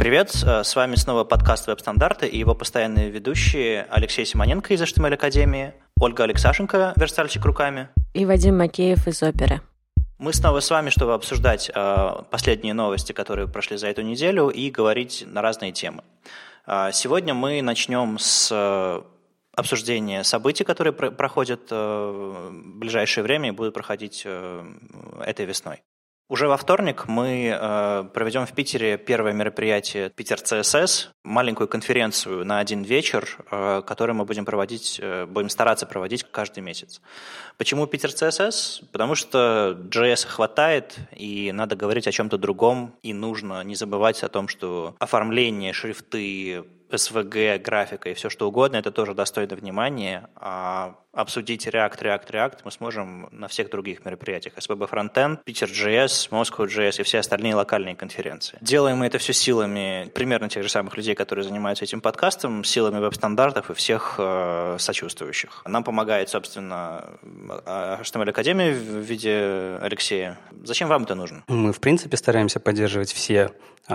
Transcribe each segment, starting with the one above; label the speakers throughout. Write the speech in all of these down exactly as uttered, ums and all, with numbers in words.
Speaker 1: Привет, с вами снова подкаст «Веб-стандарты» и его постоянные ведущие Алексей Симоненко из эйч ти эм эль-академии, Ольга Алексашенко, верстальщик руками,
Speaker 2: и Вадим Макеев из Оперы.
Speaker 1: Мы снова с вами, чтобы обсуждать э, последние новости, которые прошли за эту неделю, и говорить на разные темы. Э, сегодня мы начнем с э, обсуждения событий, которые про- проходят э, в ближайшее время и будут проходить э, этой весной. Уже во вторник мы э, проведем в Питере первое мероприятие Питер си эс эс, маленькую конференцию на один вечер, э, которую мы будем проводить, э, будем стараться проводить каждый месяц. Почему Питер си эс эс? Потому что джей эс хватает, и надо говорить о чем-то другом, и нужно не забывать о том, что оформление, шрифты, эс ви джи, графика и все что угодно, это тоже достойно внимания, а обсудить React, React, React мы сможем на всех других мероприятиях. эс пи би Frontend, Питер джей эс, Moscow джей эс и все остальные локальные конференции. Делаем мы это все силами примерно тех же самых людей, которые занимаются этим подкастом, силами веб-стандартов и всех э, сочувствующих. Нам помогает, собственно, эйч ти эм эль-академия в виде Алексея. Зачем вам это нужно?
Speaker 3: Мы, в принципе, стараемся поддерживать все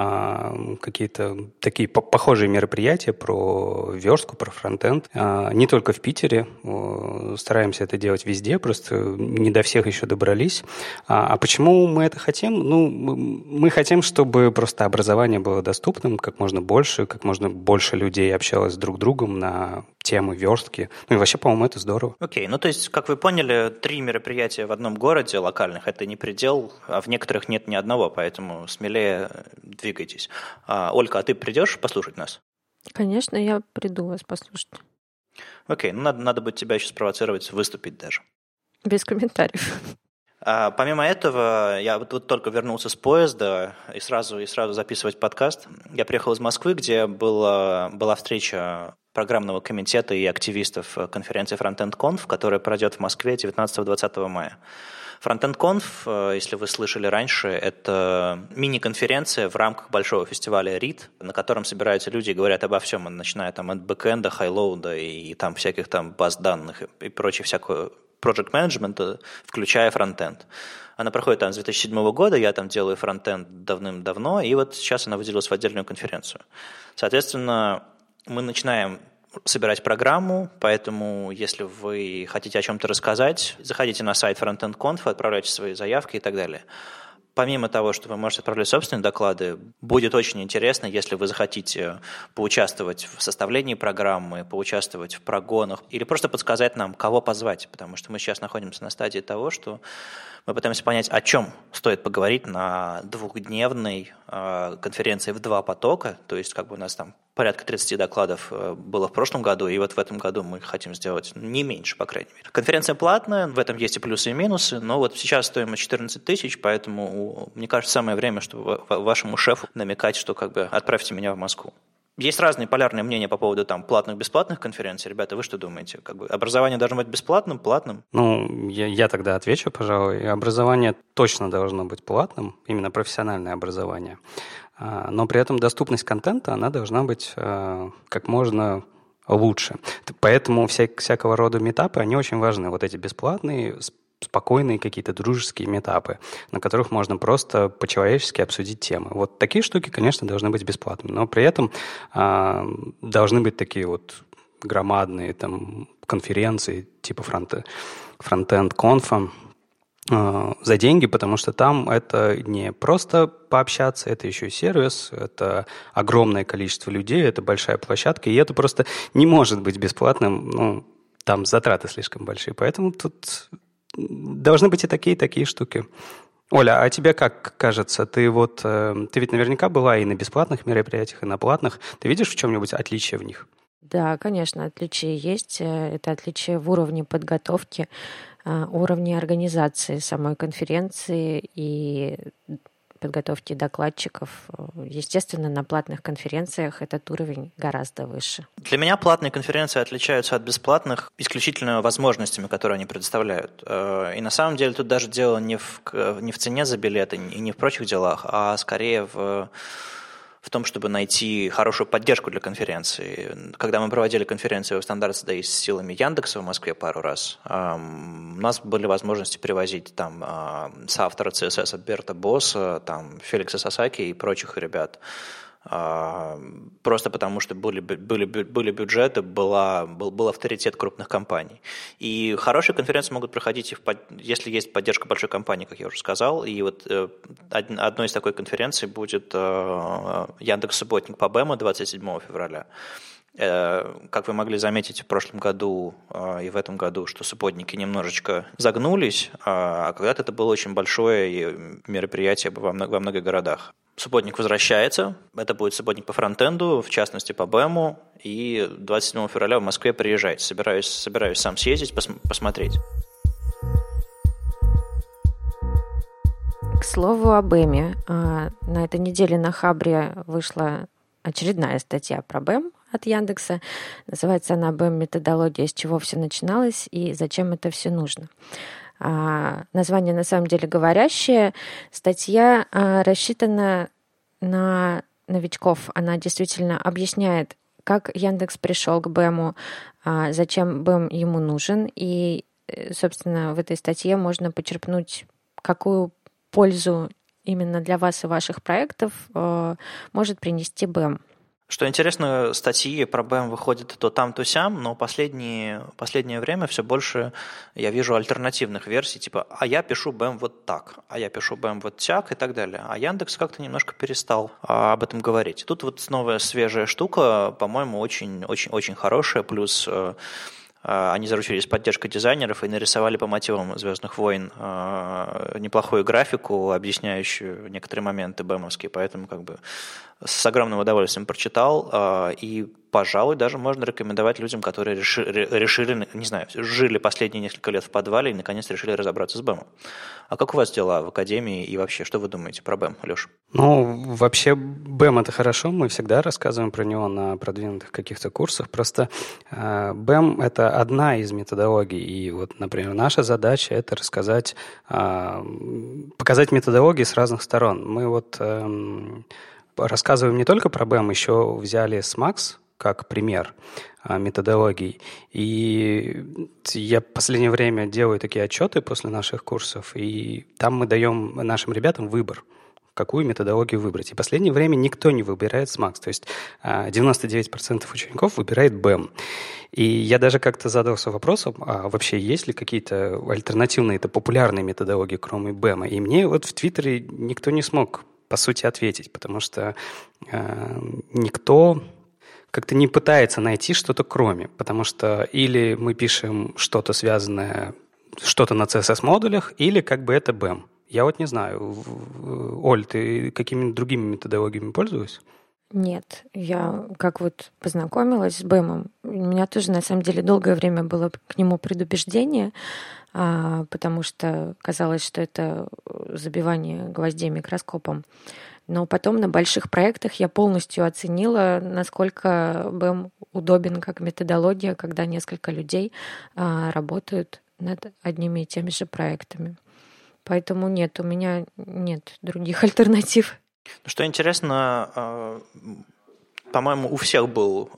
Speaker 3: а, какие-то такие по- похожие мероприятия про верстку, про фронтенд. А, не только в Питере. А, стараемся это делать везде, просто не до всех еще добрались. А, а почему мы это хотим? Ну, мы хотим, чтобы просто образование было доступным как можно больше, как можно больше людей общалось друг с другом на темы верстки. Ну и вообще, по-моему, это здорово.
Speaker 1: Окей, okay. Ну то есть, как вы поняли, три мероприятия в одном городе локальных – это не предел, а в некоторых нет ни одного, поэтому смелее двигайтесь. А, Ольга, а ты придешь послушать нас?
Speaker 2: Конечно, я приду вас послушать.
Speaker 1: Окей, okay. Ну надо, надо будет тебя еще спровоцировать выступить даже.
Speaker 2: Без комментариев.
Speaker 1: А, помимо этого, я вот, вот только вернулся с поезда и сразу, и сразу записывать подкаст. Я приехал из Москвы, где была, была встреча программного комитета и активистов конференции Frontend Conf, которая пройдет в Москве девятнадцатого-двадцатого мая. Frontend Conf, если вы слышали раньше, это мини-конференция в рамках большого фестиваля рид, на котором собираются люди и говорят обо всем, начиная там от бэкэнда, хайлоуда и, и там всяких там баз данных и, и прочее всякое project management, включая фронтенд. Она проходит там с две тысячи седьмого года, я там делаю фронтенд давным-давно, и вот сейчас она выделилась в отдельную конференцию. Соответственно, мы начинаем собирать программу, поэтому если вы хотите о чем-то рассказать, заходите на сайт Frontend Conf, отправляйте свои заявки и так далее. Помимо того, что вы можете отправлять собственные доклады, будет очень интересно, если вы захотите поучаствовать в составлении программы, поучаствовать в прогонах или просто подсказать нам, кого позвать, потому что мы сейчас находимся на стадии того, что мы пытаемся понять, о чем стоит поговорить на двухдневной э, конференции в два потока, то есть как бы у нас там порядка тридцать докладов было в прошлом году, и вот в этом году мы хотим сделать не меньше, по крайней мере. Конференция платная, в этом есть и плюсы, и минусы, но вот сейчас стоимость четырнадцать тысяч, поэтому мне кажется, самое время, чтобы вашему шефу намекать, что как бы отправьте меня в Москву. Есть разные полярные мнения по поводу там платных, бесплатных конференций. Ребята, вы что думаете? Как бы образование должно быть бесплатным, платным?
Speaker 3: Ну, я, я тогда отвечу, пожалуй. Образование точно должно быть платным, именно профессиональное образование. Но при этом доступность контента, она должна быть как можно лучше. Поэтому вся, всякого рода митапы, они очень важны. Вот эти бесплатные, спокойные какие-то дружеские митапы, на которых можно просто по-человечески обсудить темы. Вот такие штуки, конечно, должны быть бесплатными, но при этом э, должны быть такие вот громадные там конференции типа фронт, фронтенд конфа э, за деньги, потому что там это не просто пообщаться, это еще и сервис, это огромное количество людей, это большая площадка, и это просто не может быть бесплатным, ну, там затраты слишком большие, поэтому тут должны быть и такие, и такие штуки. Оля, а тебе как кажется? Ты вот, ты ведь наверняка была и на бесплатных мероприятиях, и на платных. Ты видишь в чем-нибудь отличие в них?
Speaker 2: Да, конечно, отличия есть. Это отличие в уровне подготовки, уровне организации самой конференции и подготовки докладчиков. Естественно, на платных конференциях этот уровень гораздо выше.
Speaker 1: Для меня платные конференции отличаются от бесплатных исключительно возможностями, которые они предоставляют. И на самом деле тут даже дело не в, не в цене за билеты и не в прочих делах, а скорее в в том, чтобы найти хорошую поддержку для конференции. Когда мы проводили конференцию в Standards Day с силами Яндекса в Москве пару раз, у нас были возможности привозить там соавтора си эс эс Берта Босса, там Феликса Сасаки и прочих ребят. просто потому что были, были, были бюджеты, была, был, был авторитет крупных компаний. И хорошие конференции могут проходить, если есть поддержка большой компании, как я уже сказал. И вот одной из такой конференций будет Яндекс.Субботник по БЭМу двадцать седьмого февраля. Как вы могли заметить в прошлом году и в этом году, что субботники немножечко загнулись, а когда-то это было очень большое мероприятие во многих городах. Субботник возвращается, это будет субботник по фронтенду, в частности по БЭМу, и двадцать седьмого февраля в Москве приезжайте. Собираюсь, собираюсь сам съездить, пос- посмотреть.
Speaker 2: К слову о БЭМе. На этой неделе на Хабре вышла очередная статья про БЭМ от Яндекса. Называется она «БЭМ-методология. С чего все начиналось и зачем это все нужно». А, название на самом деле говорящее. Статья а, рассчитана на новичков. Она действительно объясняет, как Яндекс пришел к БЭМу, а, зачем БЭМ ему нужен. И, собственно, в этой статье можно почерпнуть, какую пользу именно для вас и ваших проектов а, может принести БЭМ.
Speaker 1: Что интересно, статьи про БЭМ выходят то там, то сям, но последние, последнее время все больше я вижу альтернативных версий, типа «а я пишу БЭМ вот так», «а я пишу БЭМ вот тяк» и так далее. А Яндекс как-то немножко перестал а, об этом говорить. Тут вот новая свежая штука, по-моему, очень-очень-очень хорошая, плюс а, они заручились поддержкой дизайнеров и нарисовали по мотивам «Звездных войн» а, неплохую графику, объясняющую некоторые моменты бэмовские, поэтому как бы с огромным удовольствием прочитал, и, пожалуй, даже можно рекомендовать людям, которые решили, решили, не знаю, жили последние несколько лет в подвале и наконец решили разобраться с БЭМом. А как у вас дела в академии и вообще, что вы думаете про БЭМ, Леша?
Speaker 3: Ну, вообще БЭМ – это хорошо, мы всегда рассказываем про него на продвинутых каких-то курсах, просто э, БЭМ – это одна из методологий, и вот, например, наша задача – это рассказать, э, показать методологии с разных сторон. Мы вот э, рассказываем не только про БЭМ, еще взяли смакс как пример а, методологий. И я в последнее время делаю такие отчеты после наших курсов, и там мы даем нашим ребятам выбор, какую методологию выбрать. И в последнее время никто не выбирает смакс, то есть а, девяносто девять процентов учеников выбирает БЭМ. И я даже как-то задался вопросом, а вообще есть ли какие-то альтернативные, это популярные методологии, кроме БЭМа? И мне вот в Твиттере никто не смог по сути, ответить, потому что э, никто как-то не пытается найти что-то кроме, потому что или мы пишем что-то связанное, что-то на си эс эс-модулях, или как бы это БЭМ. Я вот не знаю. Оль, ты какими-то другими методологиями пользуешься?
Speaker 2: Нет, я как вот познакомилась с БЭМом, у меня тоже на самом деле долгое время было к нему предубеждение, а, потому что казалось, что это забивание гвоздей микроскопом. Но потом на больших проектах я полностью оценила, насколько БЭМ удобен как методология, когда несколько людей а, работают над одними и теми же проектами. Поэтому нет, у меня нет других альтернатив.
Speaker 1: Что интересно, по-моему, у всех был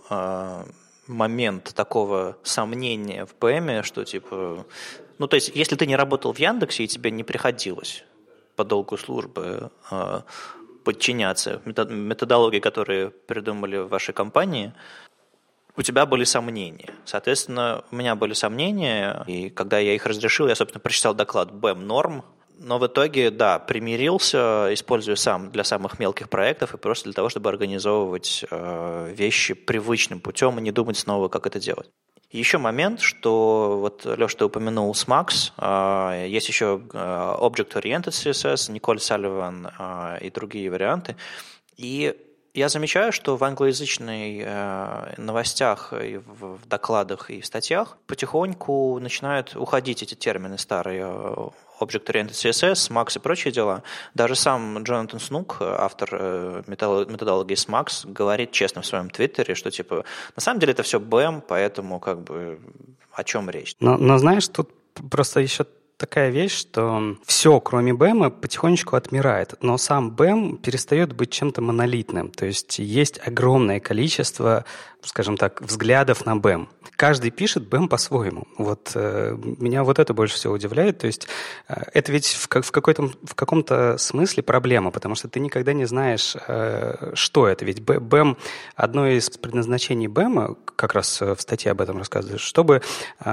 Speaker 1: момент такого сомнения в БЭМе, что типа, ну то есть, если ты не работал в Яндексе и тебе не приходилось по долгу службы подчиняться методологии, которые придумали в вашей компании, у тебя были сомнения. Соответственно, у меня были сомнения, и когда я их разрешил, я, собственно, прочитал доклад БЭМ норм, но в итоге, да, примирился, используя сам для самых мелких проектов и просто для того, чтобы организовывать э, вещи привычным путем и не думать снова, как это делать. Еще момент, что вот, Леша, ты упомянул смакс, э, есть еще э, Object-Oriented си эс эс, Николь Салливан э, и другие варианты. И я замечаю, что в англоязычных э, новостях, и в, в докладах и в статьях потихоньку начинают уходить эти термины старые, Object-Oriented си эс эс, смакс и прочие дела. Даже сам Джонатан Снук, автор э, методологии смакс, говорит честно в своем твиттере, что типа на самом деле это все БЭМ, поэтому как бы о чем речь.
Speaker 3: Но, но знаешь, тут просто еще такая вещь, что все, кроме БЭМа, потихонечку отмирает, но сам БЭМ перестает быть чем-то монолитным. То есть есть огромное количество, скажем так, взглядов на БЭМ. Каждый пишет БЭМ по-своему. Вот э, меня вот это больше всего удивляет. То есть э, это ведь в, как, в, какой-то, в каком-то смысле проблема, потому что ты никогда не знаешь, э, что это. Ведь БЭМ, одно из предназначений БЭМа, как раз в статье об этом рассказывают, чтобы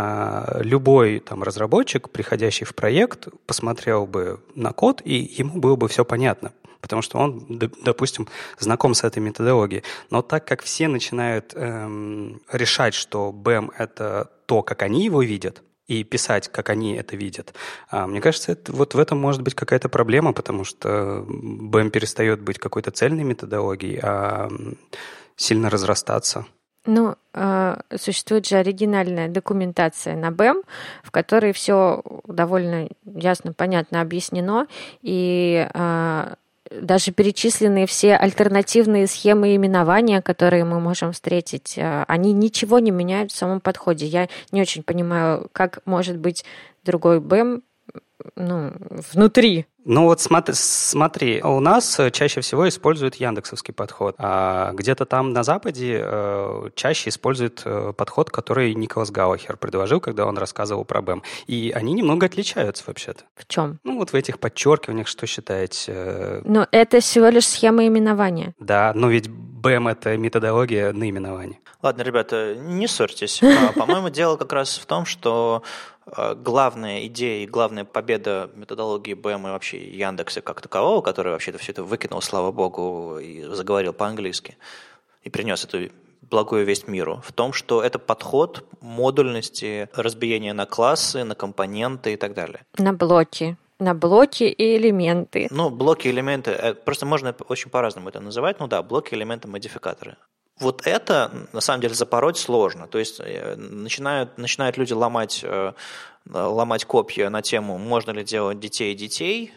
Speaker 3: э, любой там, разработчик, приходящий в проект, посмотрел бы на код, и ему было бы все понятно. Потому что он, допустим, знаком с этой методологией. Но так как все начинают эм, решать, что БЭМ — это то, как они его видят, и писать, как они это видят, а, мне кажется, это, вот в этом может быть какая-то проблема, потому что БЭМ перестает быть какой-то цельной методологией, а сильно разрастаться.
Speaker 2: Ну, э, существует же оригинальная документация на БЭМ, в которой все довольно ясно, понятно объяснено, и э, даже перечислены все альтернативные схемы именования, которые мы можем встретить, они ничего не меняют в самом подходе. Я не очень понимаю, как может быть другой БЭМ, ну, внутри.
Speaker 3: Ну вот смотри, смотри, у нас чаще всего используют яндексовский подход, а где-то там на Западе э, чаще используют э, подход, который Николас Галлахер предложил, когда он рассказывал про БЭМ. И они немного отличаются вообще-то.
Speaker 2: В чем?
Speaker 3: Ну вот в этих подчеркиваниях, что считаете? Э...
Speaker 2: Но это всего лишь схема именования.
Speaker 3: Да, но ведь БЭМ — это методология наименования.
Speaker 1: Ладно, ребята, не ссорьтесь. По-моему, дело как раз в том, что главная идея и главная победа методологии БЭМ и вообще Яндекса как такового, который вообще-то все это выкинул, слава богу, и заговорил по-английски, и принес эту благую весть миру, в том, что это подход модульности, разбиения на классы, на компоненты и так далее.
Speaker 2: На блоки. На блоки и элементы.
Speaker 1: Ну, блоки, элементы, просто можно очень по-разному это называть. Ну да, блоки, элементы, модификаторы. Вот это, на самом деле, запороть сложно. То есть начинают, начинают люди ломать, ломать копья на тему, можно ли делать детей детей.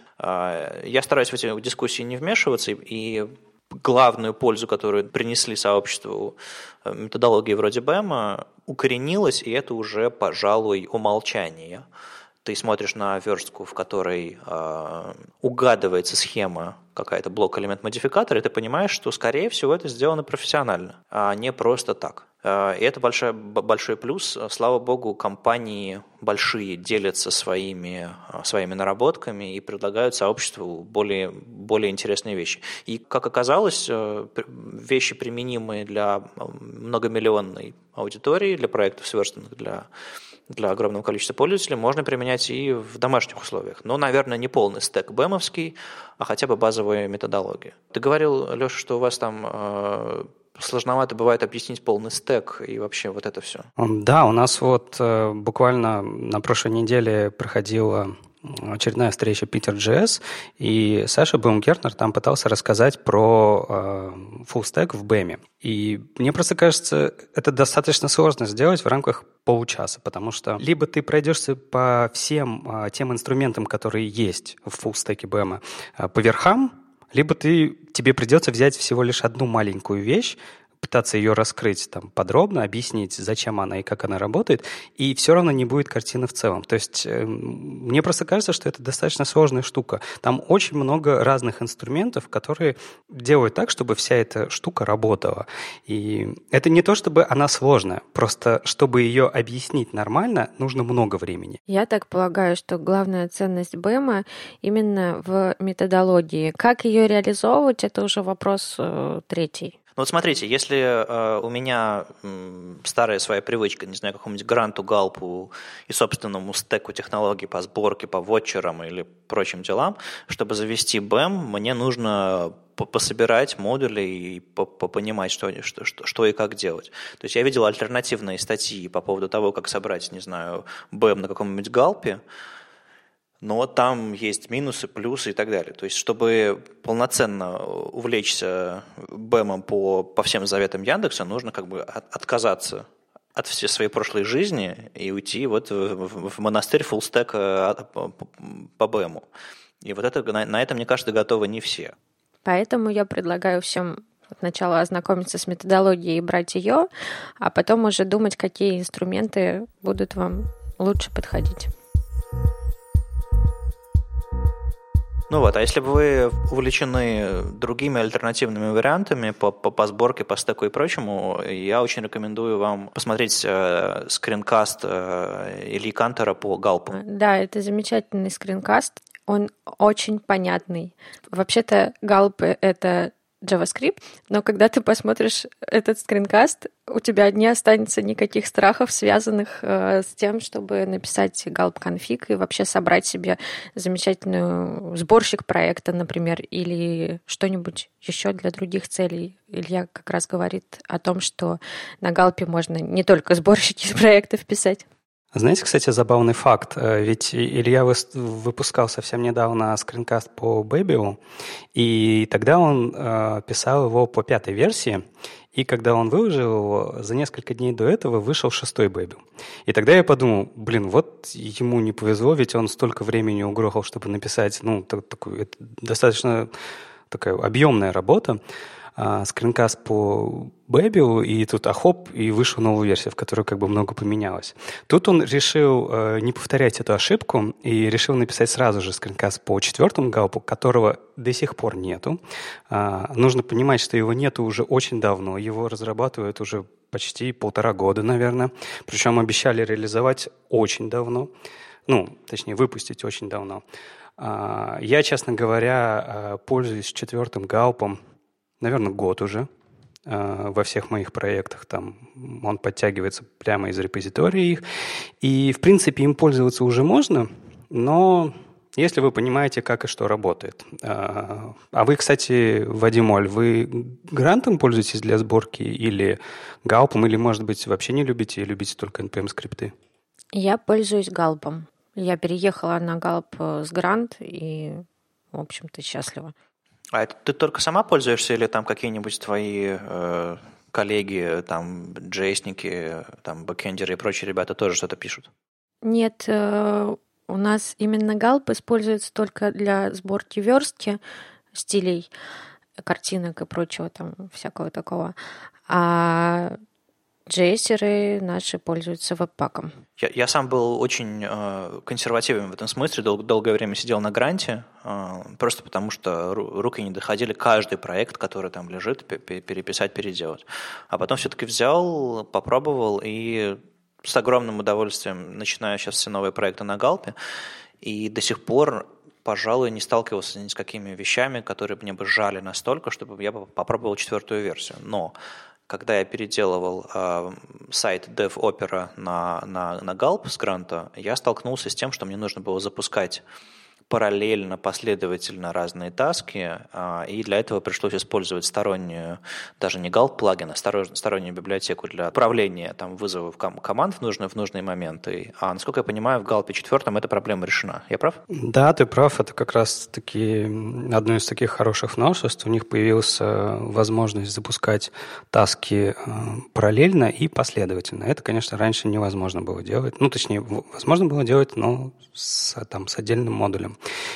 Speaker 1: Я стараюсь в эти дискуссии не вмешиваться, и главную пользу, которую принесли сообществу методологии вроде БЭМа, укоренилась, и это уже, пожалуй, умолчание. Ты смотришь на верстку, в которой э, угадывается схема, какая-то блок-элемент-модификатор, и ты понимаешь, что, скорее всего, это сделано профессионально, а не просто так. Э, и это большой, большой плюс. Слава богу, компании большие делятся своими, своими наработками и предлагают сообществу более, более интересные вещи. И, как оказалось, вещи, применимые для многомиллионной аудитории, для проектов, сверстанных для... для огромного количества пользователей, можно применять и в домашних условиях. Но, наверное, не полный стэк бэмовский, а хотя бы базовые методологии. Ты говорил, Леша, что у вас там э, сложновато бывает объяснить полный стэк и вообще вот это все.
Speaker 3: Да, у нас вот э, буквально на прошлой неделе проходила очередная встреча Питер.джей эс, и Саша Баумгертнер там пытался рассказать про э, full stack в бэме. И мне просто кажется, это достаточно сложно сделать в рамках получаса, потому что либо ты пройдешься по всем э, тем инструментам, которые есть в full stack бэма, э, по верхам, либо ты, тебе придется взять всего лишь одну маленькую вещь, пытаться ее раскрыть там подробно, объяснить, зачем она и как она работает, и все равно не будет картины в целом. То есть э, мне просто кажется, что это достаточно сложная штука. Там очень много разных инструментов, которые делают так, чтобы вся эта штука работала. И это не то, чтобы она сложная, просто чтобы ее объяснить нормально, нужно много времени.
Speaker 2: Я так полагаю, что главная ценность бэма именно в методологии. Как ее реализовывать, это уже вопрос э, третий.
Speaker 1: Ну вот смотрите, если э, у меня э, старая своя привычка, не знаю, какому-нибудь гранту, галпу и собственному стеку технологий по сборке, по вотчерам или прочим делам, чтобы завести бэм, мне нужно пособирать модули и понимать, что, что, что, что и как делать. То есть я видел альтернативные статьи по поводу того, как собрать, не знаю, бэм на каком-нибудь галпе, но там есть минусы, плюсы и так далее. То есть, чтобы полноценно увлечься бэмом по, по всем заветам Яндекса, нужно как бы от, отказаться от всей своей прошлой жизни и уйти вот в, в монастырь фуллстека по, по бэму. И вот это, на, на это, мне кажется, готовы не все.
Speaker 2: Поэтому я предлагаю всем сначала ознакомиться с методологией и брать ее, а потом уже думать, какие инструменты будут вам лучше подходить.
Speaker 1: Ну вот, а если бы вы увлечены другими альтернативными вариантами по, по, по сборке, по стеку и прочему, я очень рекомендую вам посмотреть э, скринкаст э, Ильи Кантора по галпу.
Speaker 2: Да, это замечательный скринкаст. Он очень понятный. Вообще-то галп — это JavaScript, но когда ты посмотришь этот скринкаст, у тебя не останется никаких страхов, связанных э, с тем, чтобы написать галп-конфиг и вообще собрать себе замечательный сборщик проекта, например, или что-нибудь еще для других целей. Илья как раз говорит о том, что на галпе можно не только сборщики проектов писать.
Speaker 3: Знаете, кстати, забавный факт. Ведь Илья выпускал совсем недавно скринкаст по Babel, и тогда он э, писал его по пятой версии, и когда он выложил его, за несколько дней до этого вышел шестой Babel. И тогда я подумал, блин, вот ему не повезло, ведь он столько времени угрохал, чтобы написать, ну, такую, это достаточно такая объемная работа. Скринкаст по Babel, и тут ахоп, и вышла новая версия, в которой как бы много поменялось. Тут он решил э, не повторять эту ошибку и решил написать сразу же скринкаст по четвертому галпу, которого до сих пор нету. А, нужно понимать, что его нету уже очень давно, его разрабатывают уже почти полтора года, наверное. Причем обещали реализовать очень давно, ну, точнее, выпустить очень давно. А, я, честно говоря, пользуюсь четвертым галпом, наверное, год уже э, во всех моих проектах. Там он подтягивается прямо из репозитории их. И, в принципе, им пользоваться уже можно, но если вы понимаете, как и что работает. А, а вы, кстати, Вадим, Оль, вы грантом пользуетесь для сборки или галпом, или, может быть, вообще не любите и любите только эн пи эм-скрипты?
Speaker 2: Я пользуюсь галпом. Я переехала на галп с грант и, в общем-то, счастлива.
Speaker 1: А это ты только сама пользуешься или там какие-нибудь твои э, коллеги, там, джейсники, там, бэкэндеры и прочие ребята тоже что-то пишут?
Speaker 2: Нет, э, у нас именно галп используется только для сборки верстки, стилей, картинок и прочего там всякого такого. А джейсеры наши пользуются веб-паком.
Speaker 1: Я, я сам был очень э, консервативен в этом смысле, дол- долгое время сидел на гранте, э, просто потому что ру- руки не доходили каждый проект, который там лежит, п- п- переписать, переделать. А потом все-таки взял, попробовал и с огромным удовольствием начинаю сейчас все новые проекты на галпе, и до сих пор, пожалуй, не сталкивался ни с какими вещами, которые мне бы жали настолько, чтобы я попробовал четвертую версию. Но когда я переделывал э, сайт DevOpera на, на, на галп с гранта, я столкнулся с тем, что мне нужно было запускать параллельно, последовательно разные таски, э, и для этого пришлось использовать стороннюю, даже не галп-плагин, а стороннюю, стороннюю библиотеку для управления там, вызовов ком- команд в нужные, в нужные моменты. А насколько я понимаю, в галпе четвертом эта проблема решена. Я прав?
Speaker 3: Да, ты прав. Это как раз-таки одно из таких хороших новшеств. У них появилась возможность запускать таски параллельно и последовательно. Это, конечно, раньше невозможно было делать. Ну, точнее, возможно было делать, но с, там, с отдельным модулем.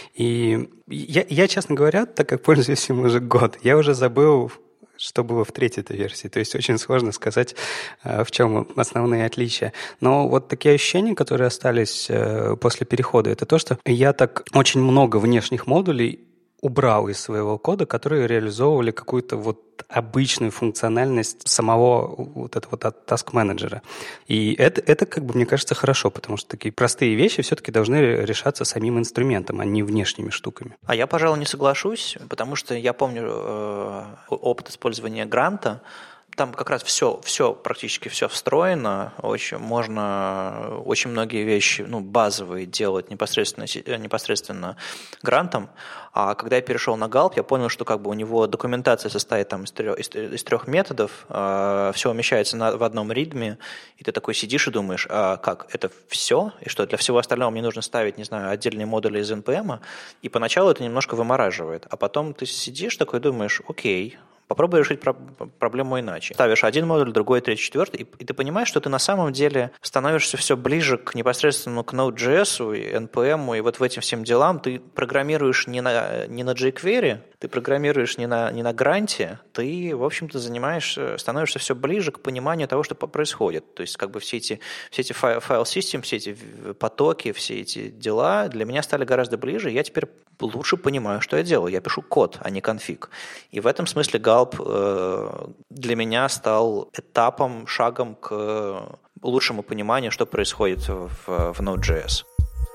Speaker 3: И я, я, честно говоря, так как пользуюсь им уже год, я уже забыл, что было в третьей-то версии. То есть очень сложно сказать, в чем основные отличия. Но вот такие ощущения, которые остались после перехода, это то, что я так очень много внешних модулей убрал из своего кода, которые реализовывали какую-то вот обычную функциональность самого вот этого вот task-менеджера. И это, это, как бы, мне кажется, хорошо, потому что такие простые вещи все-таки должны решаться самим инструментом, а не внешними штуками.
Speaker 1: А я, пожалуй, не соглашусь, потому что я помню э, опыт использования гранта. Там как раз все, все, практически все встроено. Очень, можно очень многие вещи, ну, базовые делать непосредственно, непосредственно грантом. А когда я перешел на галп, я понял, что как бы у него документация состоит там из трех, из, из трех методов, э, все умещается на, в одном ридме, и ты такой сидишь и думаешь, а как, это все? И что, для всего остального мне нужно ставить, не знаю, отдельные модули из эн пи эм? И поначалу это немножко вымораживает. А потом ты сидишь такой и думаешь, окей, Попробуй решить про- проблему иначе. Ставишь один модуль, другой, третий, четвертый, и, и ты понимаешь, что ты на самом деле становишься все ближе к непосредственно к Node.js и эн пи эм, и вот в этим всем делам. Ты программируешь не на, не на jQuery, ты программируешь не на, не на гранте, ты, в общем-то, занимаешься, становишься все ближе к пониманию того, что происходит. То есть как бы все эти, все эти файл-системы, все эти потоки, все эти дела для меня стали гораздо ближе, и я теперь лучше понимаю, что я делаю. Я пишу код, а не конфиг. И в этом смысле Gulp э, для меня стал этапом, шагом к лучшему пониманию, что происходит в, в Node.js.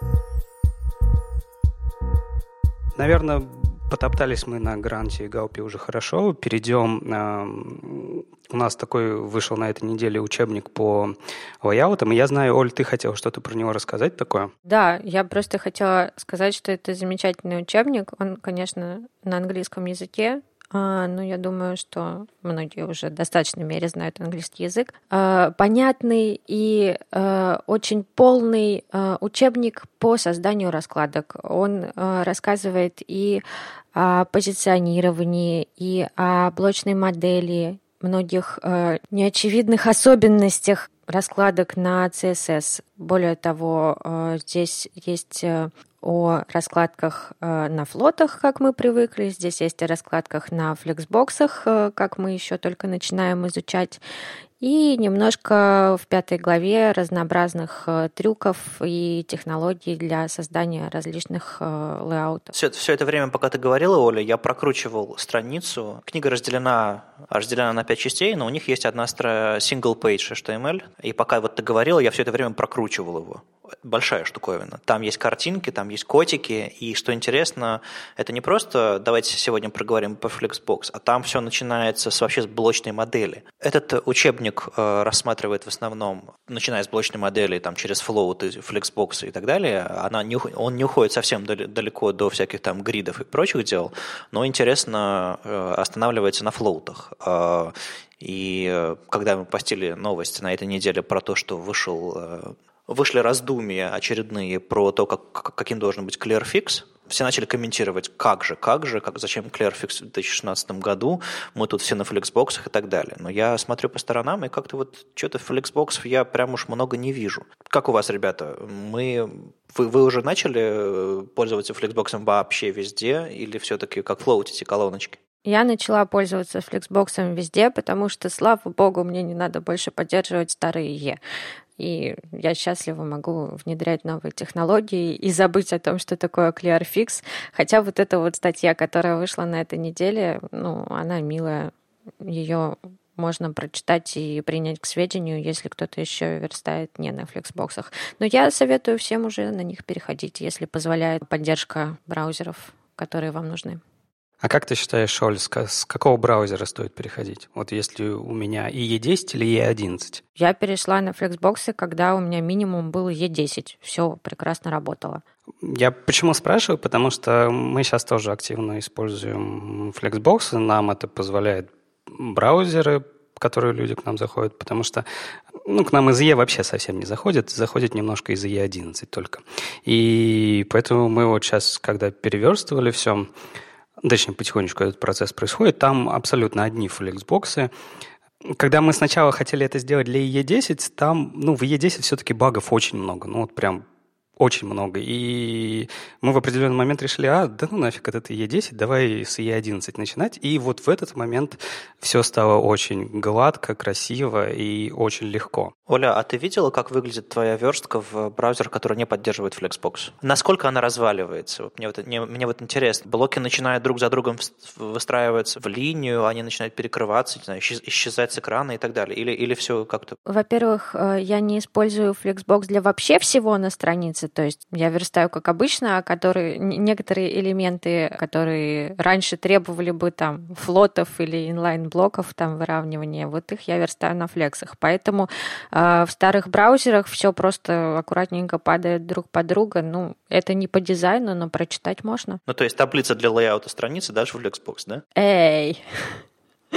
Speaker 3: Наверное, потоптались мы на гранте и галпе уже хорошо. Перейдем. У нас такой вышел на этой неделе учебник по лайаутам. И я знаю, Оль, ты хотела что-то про него рассказать такое?
Speaker 2: Да, я просто хотела сказать, что это замечательный учебник. Он, конечно, на английском языке. А, ну, я думаю, что многие уже в достаточной мере знают английский язык. А, понятный и а, очень полный а, учебник по созданию раскладок. Он а, рассказывает и о позиционировании, и о блочной модели, многих а, неочевидных особенностях раскладок на си эс эс. Более того, а, здесь есть о раскладках э, на флотах, как мы привыкли. Здесь есть о раскладках на флексбоксах, э, как мы еще только начинаем изучать. И немножко в пятой главе разнообразных э, трюков и технологий для создания различных э, лейаутов.
Speaker 1: Все, все это время, пока ты говорила, Оля, я прокручивал страницу. Книга разделена, разделена на пять частей, но у них есть одна single page эйч ти эм эль. И пока вот ты говорила, я все это время прокручивал его. Большая штуковина. Там есть картинки, там есть котики, и что интересно, это не просто давайте сегодня проговорим по Flexbox, а там все начинается с, вообще с блочной модели. Этот учебник э, рассматривает в основном, начиная с блочной модели, там, через Float, Flexbox и так далее, она не, он не уходит совсем далеко до всяких там гридов и прочих дел, но интересно э, останавливается на флоутах. Э, и э, когда мы постили новость на этой неделе про то, что вышел э, Вышли раздумья очередные про то, как, каким должен быть ClearFix. Все начали комментировать, как же, как же, как, зачем ClearFix в две тысячи шестнадцатом году, мы тут все на флексбоксах и так далее. Но я смотрю по сторонам, и как-то вот что-то флексбоксов я прям уж много не вижу. Как у вас, ребята? Мы, вы, вы уже начали пользоваться флексбоксом вообще везде, или все-таки как флоутите колоночки?
Speaker 2: Я начала пользоваться флексбоксом везде, потому что, слава богу, мне не надо больше поддерживать старые Е. И я счастливо могу внедрять новые технологии и забыть о том, что такое ClearFix. Хотя вот эта вот статья, которая вышла на этой неделе, ну, она милая. Ее можно прочитать и принять к сведению, если кто-то еще верстает не на флексбоксах. Но я советую всем уже на них переходить, если позволяет поддержка браузеров, которые вам нужны.
Speaker 3: А как ты считаешь, Оль, с какого браузера стоит переходить? Вот если у меня и и десять или и одиннадцать?
Speaker 2: Я перешла на флексбоксы, когда у меня минимум был и десять. Все прекрасно работало.
Speaker 3: Я почему спрашиваю? Потому что мы сейчас тоже активно используем флексбоксы. Нам это позволяет браузеры, в которые люди к нам заходят, потому что ну, к нам из и вообще совсем не заходит, заходит немножко из и одиннадцать только. И поэтому мы вот сейчас, когда переверстывали все, точнее, потихонечку этот процесс происходит, там абсолютно одни флексбоксы. Когда мы сначала хотели это сделать для и и десять, там, ну, в и и десять все-таки багов очень много, ну, вот прям очень много. И мы в определенный момент решили, а, да ну нафиг этот и и десять, давай с и и одиннадцать начинать. И вот в этот момент все стало очень гладко, красиво и очень легко.
Speaker 1: Оля, а ты видела, как выглядит твоя верстка в браузер, который не поддерживает Flexbox? Насколько она разваливается? Мне вот, мне, мне вот интересно. Блоки начинают друг за другом выстраиваться в линию, они начинают перекрываться, не знаю, исчезать с экрана и так далее. Или, или все как-то...
Speaker 2: Во-первых, я не использую Flexbox для вообще всего на странице. То есть я верстаю как обычно, а которые, некоторые элементы, которые раньше требовали бы там флотов или инлайн-блоков, там выравнивания, вот их я верстаю на флексах. Поэтому э, в старых браузерах все просто аккуратненько падает друг под друга. Ну, это не по дизайну, но прочитать можно.
Speaker 1: Ну, то есть таблица для лейаута страницы даже в Flexbox, да?
Speaker 2: Эй!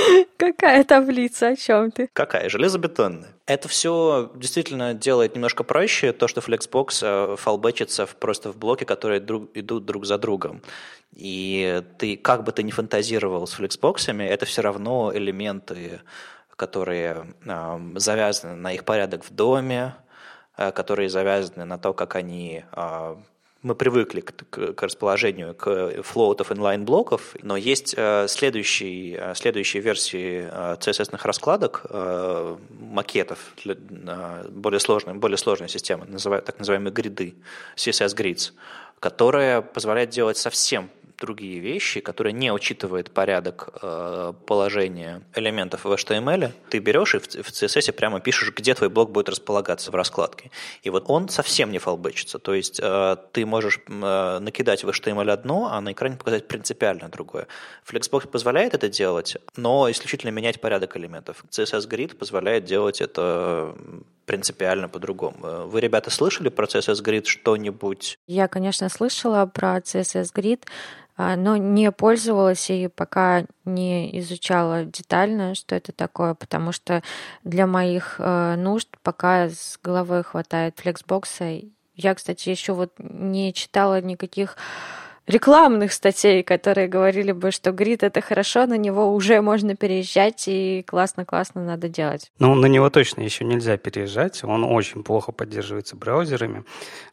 Speaker 2: Какая таблица, о чем ты?
Speaker 1: Какая? Железобетонная. Это все действительно делает немножко проще, то, что Flexbox фалбэчится просто в блоки, которые друг, идут друг за другом. И ты, как бы ты ни фантазировал с Flexbox'ами, это все равно элементы, которые э, завязаны на их порядок в доме, э, которые завязаны на то, как они... Э, мы привыкли к, к, к расположению к флоутов инлайн-блоков, но есть э, следующие, следующие версии э, си эс эс-ных раскладок, э, макетов, для, э, более, сложные, более сложные системы, называют, так называемые гриды, си эс эс-grids, которые позволяют делать совсем другие вещи, которые не учитывают порядок э, положения элементов в эйч ти эм эл. Ты берешь и в, в си эс эс прямо пишешь, где твой блок будет располагаться в раскладке. И вот он совсем не фалбэчится. То есть э, ты можешь э, накидать в эйч ти эм эл одно, а на экране показать принципиально другое. Flexbox позволяет это делать, но исключительно менять порядок элементов. си эс эс-grid позволяет делать это принципиально по-другому. Вы, ребята, слышали про си эс эс-grid что-нибудь?
Speaker 2: Я, конечно, слышала про си эс эс-grid, но не пользовалась и пока не изучала детально, что это такое, потому что для моих нужд пока с головой хватает Flexbox. Я, кстати, еще вот не читала никаких рекламных статей, которые говорили бы, что грид — это хорошо, на него уже можно переезжать, и классно-классно надо делать.
Speaker 3: Ну, на него точно еще нельзя переезжать, он очень плохо поддерживается браузерами.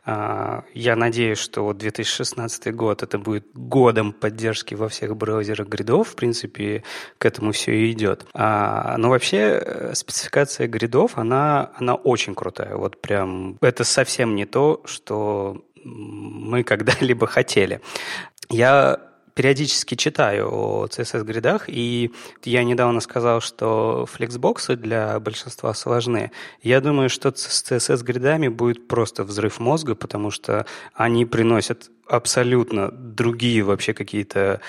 Speaker 3: Я надеюсь, что вот две тысячи шестнадцатый год это будет годом поддержки во всех браузерах гридов, в принципе, к этому все и идет. Но вообще спецификация гридов, она, она очень крутая, вот прям это совсем не то, что мы когда-либо хотели. Я периодически читаю о си эс эс-гридах, и я недавно сказал, что флексбоксы для большинства сложны. Я думаю, что с си эс эс-гридами будет просто взрыв мозга, потому что они приносят абсолютно другие вообще какие-то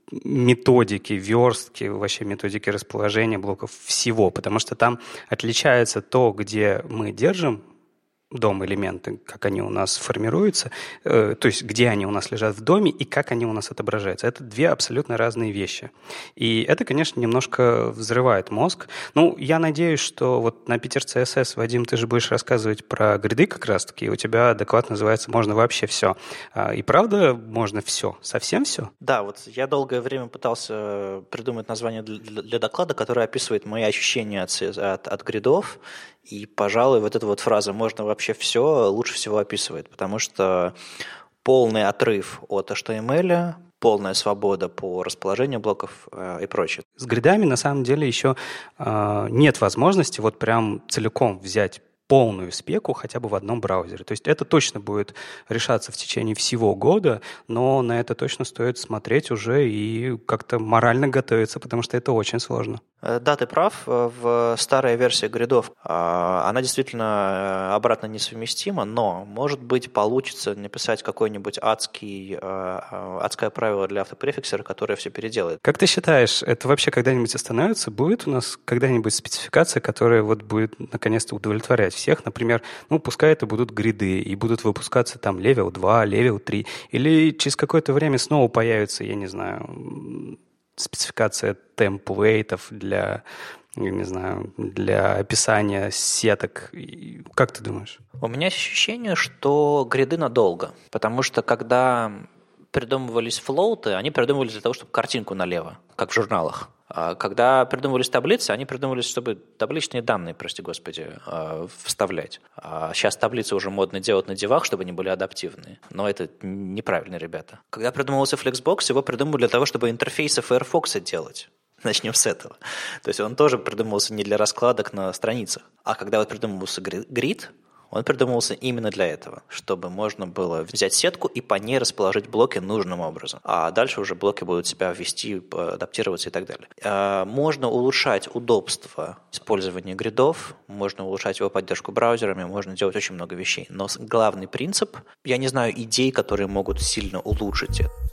Speaker 3: методики, верстки, вообще методики расположения блоков всего, потому что там отличается то, где мы держим дом-элементы, как они у нас формируются, э, то есть где они у нас лежат в доме и как они у нас отображаются. Это две абсолютно разные вещи. И это, конечно, немножко взрывает мозг. Ну, я надеюсь, что вот на Питер си эс эс, Вадим, ты же будешь рассказывать про гриды как раз-таки, и у тебя доклад называется «Можно вообще все». И правда можно все? Совсем все?
Speaker 1: Да, вот я долгое время пытался придумать название для, для доклада, которое описывает мои ощущения от, от, от гридов. И, пожалуй, вот эта вот фраза «можно вообще все» лучше всего описывает, потому что полный отрыв от эйч ти эм эл, полная свобода по расположению блоков э, и прочее.
Speaker 3: С гридами на самом деле еще э, нет возможности вот прям целиком взять полную спеку хотя бы в одном браузере. То есть это точно будет решаться в течение всего года, но на это точно стоит смотреть уже и как-то морально готовиться, потому что это очень сложно.
Speaker 1: Да, ты прав. В старой версии гридов она действительно обратно несовместима, но, может быть, получится написать какой-нибудь адский, адское правило для автопрефиксера, которое все переделает.
Speaker 3: Как ты считаешь, это вообще когда-нибудь остановится? Будет у нас когда-нибудь спецификация, которая вот будет наконец-то удовлетворять всех? Например, ну, пускай это будут гриды, и будут выпускаться там левел два, левел три, или через какое-то время снова появится, я не знаю, спецификация темплейтов для, я не знаю, для описания сеток. Как ты думаешь?
Speaker 1: У меня ощущение, что гриды надолго, потому что когда придумывались флоуты, они придумывались для того, чтобы картинку налево, как в журналах. А когда придумывались таблицы, они придумывались, чтобы табличные данные, прости господи, вставлять. А сейчас таблицы уже модно делать на девах, чтобы они были адаптивные. Но это неправильно, ребята. Когда придумывался Flexbox, его придумали для того, чтобы интерфейсы Firefox делать. Начнем с этого. То есть он тоже придумывался не для раскладок на страницах. А когда вот придумывался грид, он придумывался именно для этого, чтобы можно было взять сетку и по ней расположить блоки нужным образом. А дальше уже блоки будут себя ввести, адаптироваться и так далее. Можно улучшать удобство использования гридов, можно улучшать его поддержку браузерами, можно делать очень много вещей. Но главный принцип, я не знаю идей, которые могут сильно улучшить это.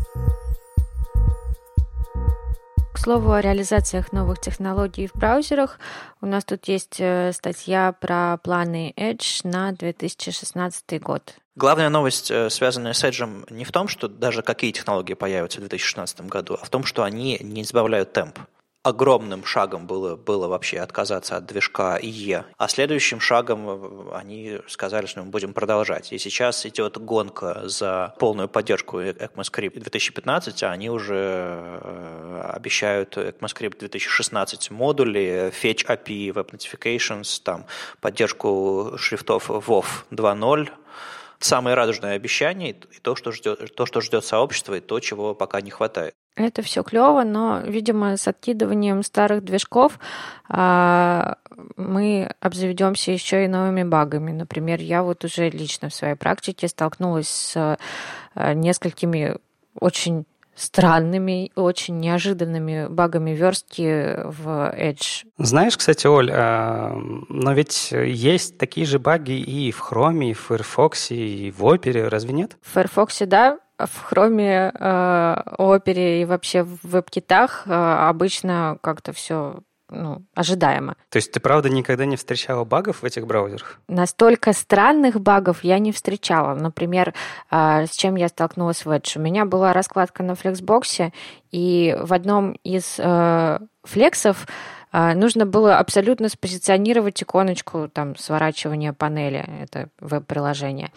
Speaker 2: К слову о реализациях новых технологий в браузерах, у нас тут есть статья про планы Edge на две тысячи шестнадцатый год.
Speaker 1: Главная новость, связанная с Edge, не в том, что даже какие технологии появятся в две тысячи шестнадцатом году, а в том, что они не избавляют темп. огромным шагом было, было вообще отказаться от движка и и. А следующим шагом они сказали, что мы будем продолжать. И сейчас идет гонка за полную поддержку ECMAScript две тысячи пятнадцать, а они уже обещают ECMAScript две тысячи шестнадцать модули, Fetch эй пи ай, Web Notifications, там, поддержку шрифтов вов два ноль. Самые радужные обещания, и то, что ждет, то, что ждет сообщество, и то, чего пока не хватает.
Speaker 2: Это все клево, но, видимо, с откидыванием старых движков а, мы обзаведемся еще и новыми багами. Например, я вот уже лично в своей практике столкнулась с а, несколькими очень странными, очень неожиданными багами верстки в Edge.
Speaker 3: Знаешь, кстати, Оль, но ведь есть такие же баги и в Chrome, и в Firefox, и в Opera, разве нет?
Speaker 2: В Firefox, да. В Chrome, Opera и вообще в веб-китах обычно как-то все ну, ожидаемо.
Speaker 3: То есть ты, правда, никогда не встречала багов в этих браузерах?
Speaker 2: Настолько странных багов я не встречала. Например, с чем я столкнулась в Edge. У меня была раскладка на Flexbox, и в одном из флексов нужно было абсолютно спозиционировать иконочку там, сворачивания панели. Это веб-приложение.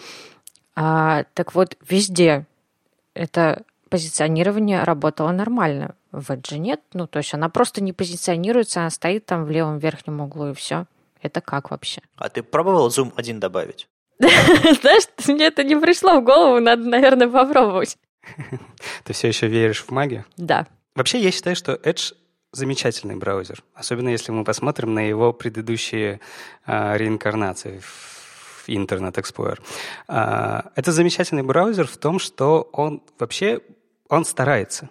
Speaker 2: Так вот, везде это позиционирование работало нормально. В Edge нет. Ну, то есть она просто не позиционируется, она стоит там в левом верхнем углу, и все. Это как вообще?
Speaker 1: А ты пробовал зум один добавить?
Speaker 2: Знаешь, мне это не пришло в голову, надо, наверное, попробовать.
Speaker 3: Ты все еще веришь в магию?
Speaker 2: Да.
Speaker 3: Вообще, я считаю, что Edge замечательный браузер. Особенно если мы посмотрим на его предыдущие а, реинкарнации в Internet Explorer. А, это замечательный браузер в том, что он вообще он старается.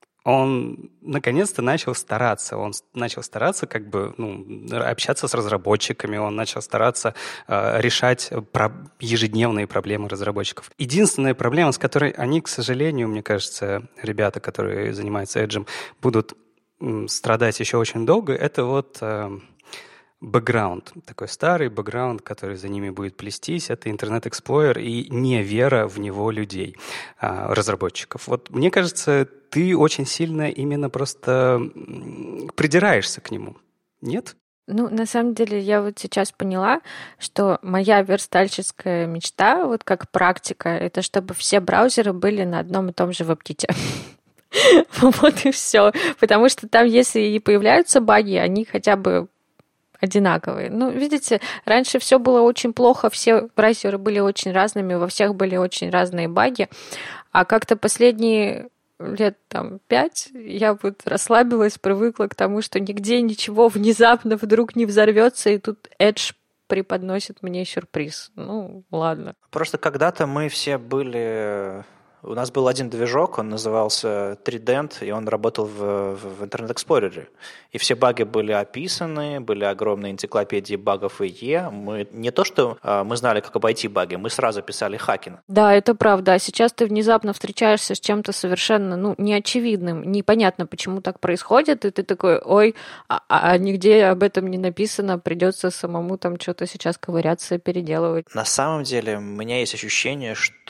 Speaker 3: Он наконец-то начал стараться. Он начал стараться как бы ну, общаться с разработчиками, он начал стараться э, решать про- ежедневные проблемы разработчиков. Единственная проблема, с которой они, к сожалению, мне кажется, ребята, которые занимаются Edge, будут м, страдать еще очень долго, это вот э, бэкграунд. Такой старый бэкграунд, который за ними будет плестись. Это Internet Explorer и невера в него людей, э, разработчиков. Вот мне кажется, ты очень сильно именно просто придираешься к нему, нет?
Speaker 2: Ну, на самом деле, я вот сейчас поняла, что моя верстальщицкая мечта, вот как практика, это чтобы все браузеры были на одном и том же веб-ките. Вот и все. Потому что там, если и появляются баги, они хотя бы одинаковые. Ну, видите, раньше все было очень плохо, все браузеры были очень разными, во всех были очень разные баги, а как-то последние лет там пять я вот расслабилась, привыкла к тому, что нигде ничего внезапно вдруг не взорвется, и тут Edge преподносит мне сюрприз. Ну, ладно.
Speaker 1: Просто когда-то мы все были... У нас был один движок, он назывался Trident, и он работал в, в Internet Explorer. И все баги были описаны, были огромные энциклопедии багов и и. Мы не то, что а, мы знали, как обойти баги, мы сразу писали хаки.
Speaker 2: Да, это правда. А сейчас ты внезапно встречаешься с чем-то совершенно ну, неочевидным, непонятно, почему так происходит, и ты такой, ой, а, а нигде об этом не написано, придется самому там что-то сейчас ковыряться и переделывать.
Speaker 1: На самом деле, у меня есть ощущение,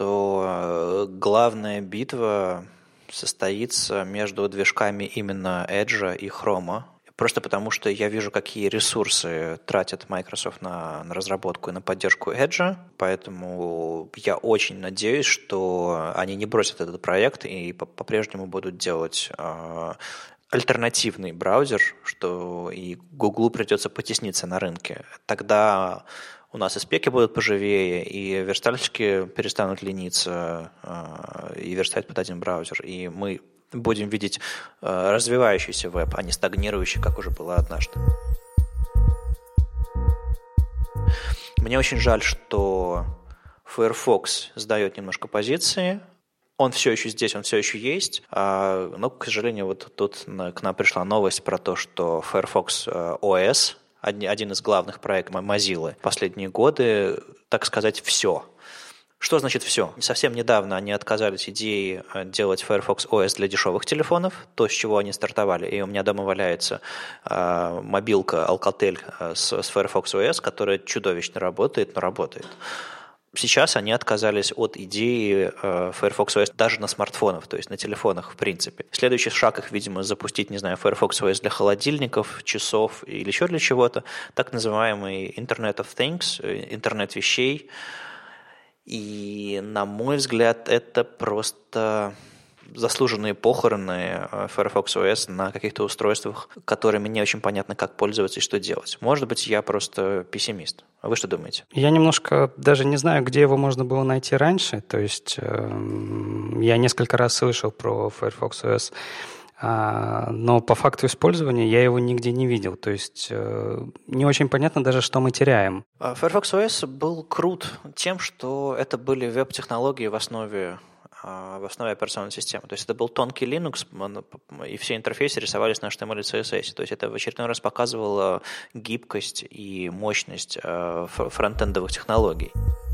Speaker 1: что главное Главная битва состоится между движками именно Edge и Chrome. Просто потому, что я вижу, какие ресурсы тратит Microsoft на, на разработку и на поддержку Edge. Поэтому я очень надеюсь, что они не бросят этот проект и по-прежнему будут делать э, альтернативный браузер, что и Google придется потесниться на рынке. Тогда у нас и спеки будут поживее, и верстальщики перестанут лениться э, и верстать под один браузер. И мы будем видеть э, развивающийся веб, а не стагнирующий, как уже было однажды. Мне очень жаль, что Firefox сдает немножко позиции. Он все еще здесь, он все еще есть. А, но, к сожалению, вот тут к нам пришла новость про то, что Firefox о эс, один из главных проектов Mozilla, последние годы, так сказать, все. Что значит все? Совсем недавно они отказались идеи делать Firefox о эс для дешевых телефонов, то, с чего они стартовали. И у меня дома валяется э, мобилка Alcatel с, с Firefox о эс, которая чудовищно работает, но работает. сейчас они отказались от идеи Firefox о эс даже на смартфонах, то есть на телефонах в принципе. Следующий шаг их, видимо, запустить, не знаю, Firefox о эс для холодильников, часов или еще для чего-то, так называемый Internet of Things, интернет вещей. И, на мой взгляд, это просто заслуженные похороны Firefox о эс на каких-то устройствах, которыми не очень понятно, как пользоваться и что делать. Может быть, я просто пессимист. А вы что думаете?
Speaker 3: Я немножко даже не знаю, где его можно было найти раньше. То есть э, я несколько раз слышал про Firefox о эс, э, но по факту использования я его нигде не видел. То есть э, не очень понятно даже, что мы теряем.
Speaker 1: Firefox о эс был крут тем, что это были веб-технологии в основе в основе операционной системы. То есть это был тонкий Linux, и все интерфейсы рисовались на эйч ти эм эль и си эс эс. То есть это в очередной раз показывало гибкость и мощность фронтендовых технологий.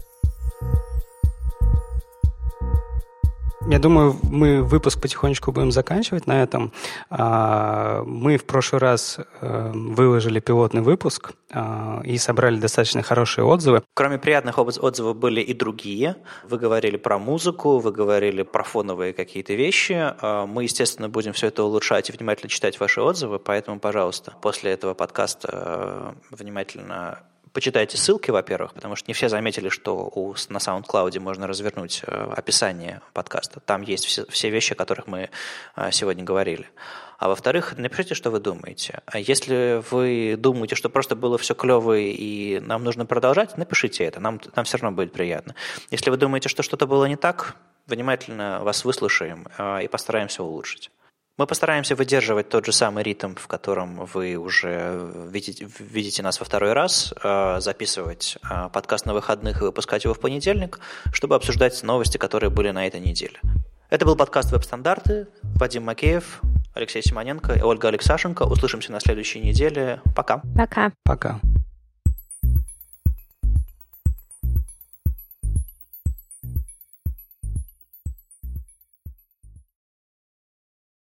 Speaker 3: Я думаю, мы выпуск потихонечку будем заканчивать на этом. Мы в прошлый раз выложили пилотный выпуск и собрали достаточно хорошие отзывы.
Speaker 1: Кроме приятных отзывов были и другие. Вы говорили про музыку, вы говорили про фоновые какие-то вещи. Мы, естественно, будем все это улучшать и внимательно читать ваши отзывы, поэтому, пожалуйста, после этого подкаста внимательно почитайте ссылки, во-первых, потому что не все заметили, что у, на SoundCloud можно развернуть э, описание подкаста. Там есть все, все вещи, о которых мы э, сегодня говорили. А во-вторых, напишите, что вы думаете. А если вы думаете, что просто было все клево и нам нужно продолжать, напишите это, нам, нам все равно будет приятно. Если вы думаете, что что-то было не так, внимательно вас выслушаем э, и постараемся улучшить. Мы постараемся выдерживать тот же самый ритм, в котором вы уже видите, видите нас во второй раз, записывать подкаст на выходных и выпускать его в понедельник, чтобы обсуждать новости, которые были на этой неделе. Это был подкаст «Веб-стандарты». Вадим Макеев, Алексей Симоненко и Ольга Алексашенко. Услышимся на следующей неделе. Пока.
Speaker 2: Пока.
Speaker 3: Пока.